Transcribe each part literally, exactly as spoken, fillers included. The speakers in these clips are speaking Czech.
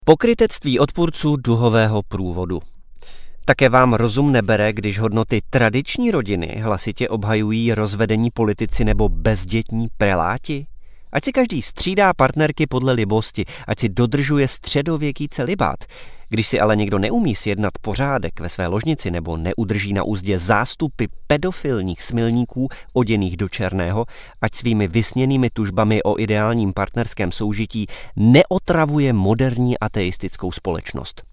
Pokrytectví odpůrců duhového průvodu. Také vám rozum nebere, když hodnoty tradiční rodiny hlasitě obhajují rozvedení politici nebo bezdětní preláti? Ať si každý střídá partnerky podle libosti, ať si dodržuje středověký celibát. Když si ale někdo neumí sjednat pořádek ve své ložnici nebo neudrží na úzdě zástupy pedofilních smilníků oděných do černého, ať svými vysněnými tužbami o ideálním partnerském soužití neotravuje moderní ateistickou společnost.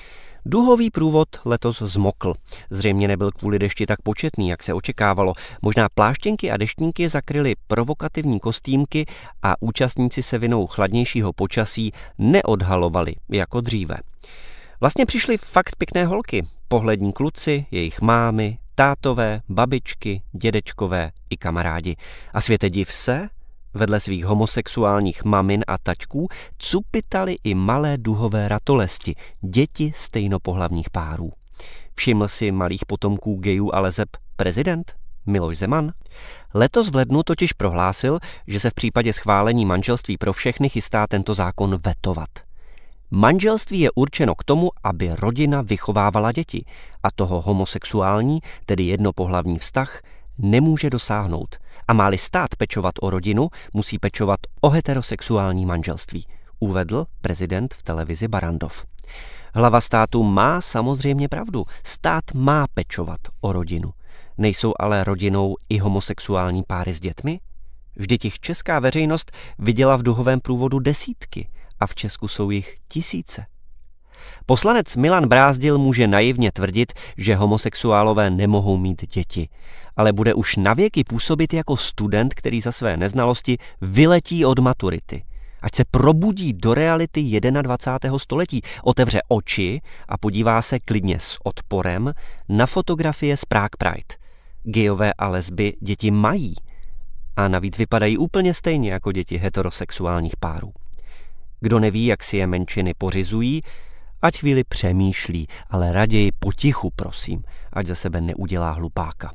Duhový průvod letos zmokl. Zřejmě nebyl kvůli dešti tak početný, jak se očekávalo. Možná pláštěnky a deštníky zakryly provokativní kostýmky a účastníci se vinou chladnějšího počasí neodhalovali jako dříve. Vlastně přišly fakt pěkné holky, pohlední kluci, jejich mámy, tátové, babičky, dědečkové i kamarádi. A světe div se, vedle svých homosexuálních mamin a tačků cupitaly i malé duhové ratolesti, děti stejnopohlavních párů. Všiml si malých potomků gejů a leseb prezident Miloš Zeman? Letos v lednu totiž prohlásil, že se v případě schválení manželství pro všechny chystá tento zákon vetovat. Manželství je určeno k tomu, aby rodina vychovávala děti a toho homosexuální, tedy jednopohlavní vztah, nemůže dosáhnout. A má-li stát pečovat o rodinu, musí pečovat o heterosexuální manželství, uvedl prezident v televizi Barrandov. Hlava státu má samozřejmě pravdu. Stát má pečovat o rodinu. Nejsou ale rodinou i homosexuální páry s dětmi? Vždyť jich česká veřejnost viděla v duhovém průvodu desítky a v Česku jsou jich tisíce. Poslanec Milan Brázdil může naivně tvrdit, že homosexuálové nemohou mít děti, ale bude už navěky působit jako student, který za své neznalosti vyletí od maturity. Ať se probudí do reality dvacátého prvního století, otevře oči a podívá se klidně s odporem na fotografie z Prague Pride. Gejové a lesby děti mají a navíc vypadají úplně stejně jako děti heterosexuálních párů. Kdo neví, jak si je menšiny pořizují, ať chvíli přemýšlí, ale raději potichu, prosím, ať ze sebe neudělá hlupáka.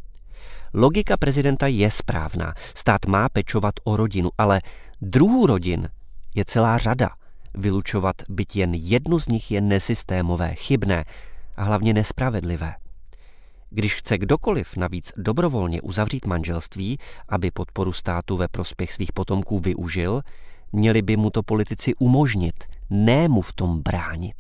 Logika prezidenta je správná. Stát má pečovat o rodinu, ale druhů rodin je celá řada. Vylučovat byť jen jednu z nich je nesystémové, chybné a hlavně nespravedlivé. Když chce kdokoliv navíc dobrovolně uzavřít manželství, aby podporu státu ve prospěch svých potomků využil, měli by mu to politici umožnit, ne mu v tom bránit.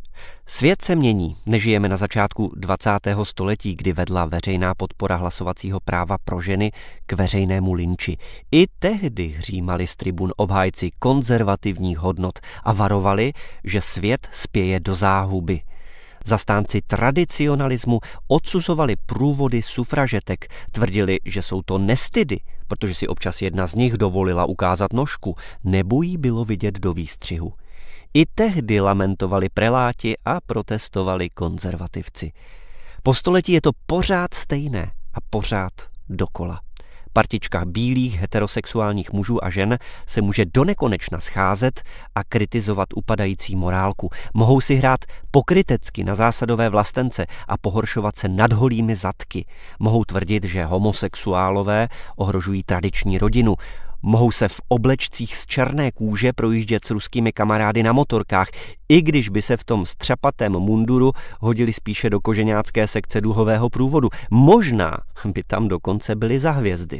Svět se mění, nežijeme na začátku dvacátého století, kdy vedla veřejná podpora hlasovacího práva pro ženy k veřejnému lynči. I tehdy hřímali z tribun obhájci konzervativních hodnot a varovali, že svět spěje do záhuby. Zastánci tradicionalismu odsuzovali průvody sufražetek, tvrdili, že jsou to nestydy, protože si občas jedna z nich dovolila ukázat nožku, nebo jí bylo vidět do výstřihu. I tehdy lamentovali preláti a protestovali konzervativci. Po století je to pořád stejné a pořád dokola. Partička bílých heterosexuálních mužů a žen se může donekonečna scházet a kritizovat upadající morálku. Mohou si hrát pokrytecky na zásadové vlastence a pohoršovat se nad holými zadky. Mohou tvrdit, že homosexuálové ohrožují tradiční rodinu. Mohou se v oblečcích z černé kůže projíždět s ruskými kamarády na motorkách, i když by se v tom střapatém munduru hodili spíše do koženácké sekce duhového průvodu. Možná by tam dokonce byly za hvězdy.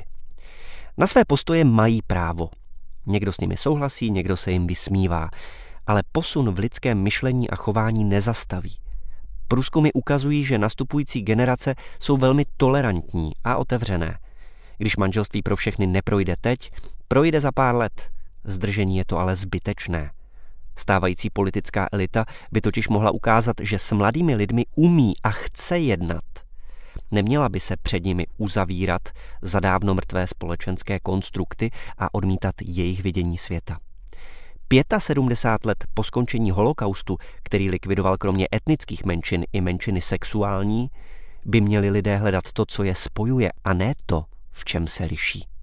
Na své postoje mají právo. Někdo s nimi souhlasí, někdo se jim vysmívá. Ale posun v lidském myšlení a chování nezastaví. Průzkumy ukazují, že nastupující generace jsou velmi tolerantní a otevřené. Když manželství pro všechny neprojde teď, projde za pár let. Zdržení je to ale zbytečné. Stávající politická elita by totiž mohla ukázat, že s mladými lidmi umí a chce jednat. Neměla by se před nimi uzavírat za dávno mrtvé společenské konstrukty a odmítat jejich vidění světa. sedmdesát pět let po skončení holokaustu, který likvidoval kromě etnických menšin i menšiny sexuální, by měli lidé hledat to, co je spojuje, a ne to, v čem se liší.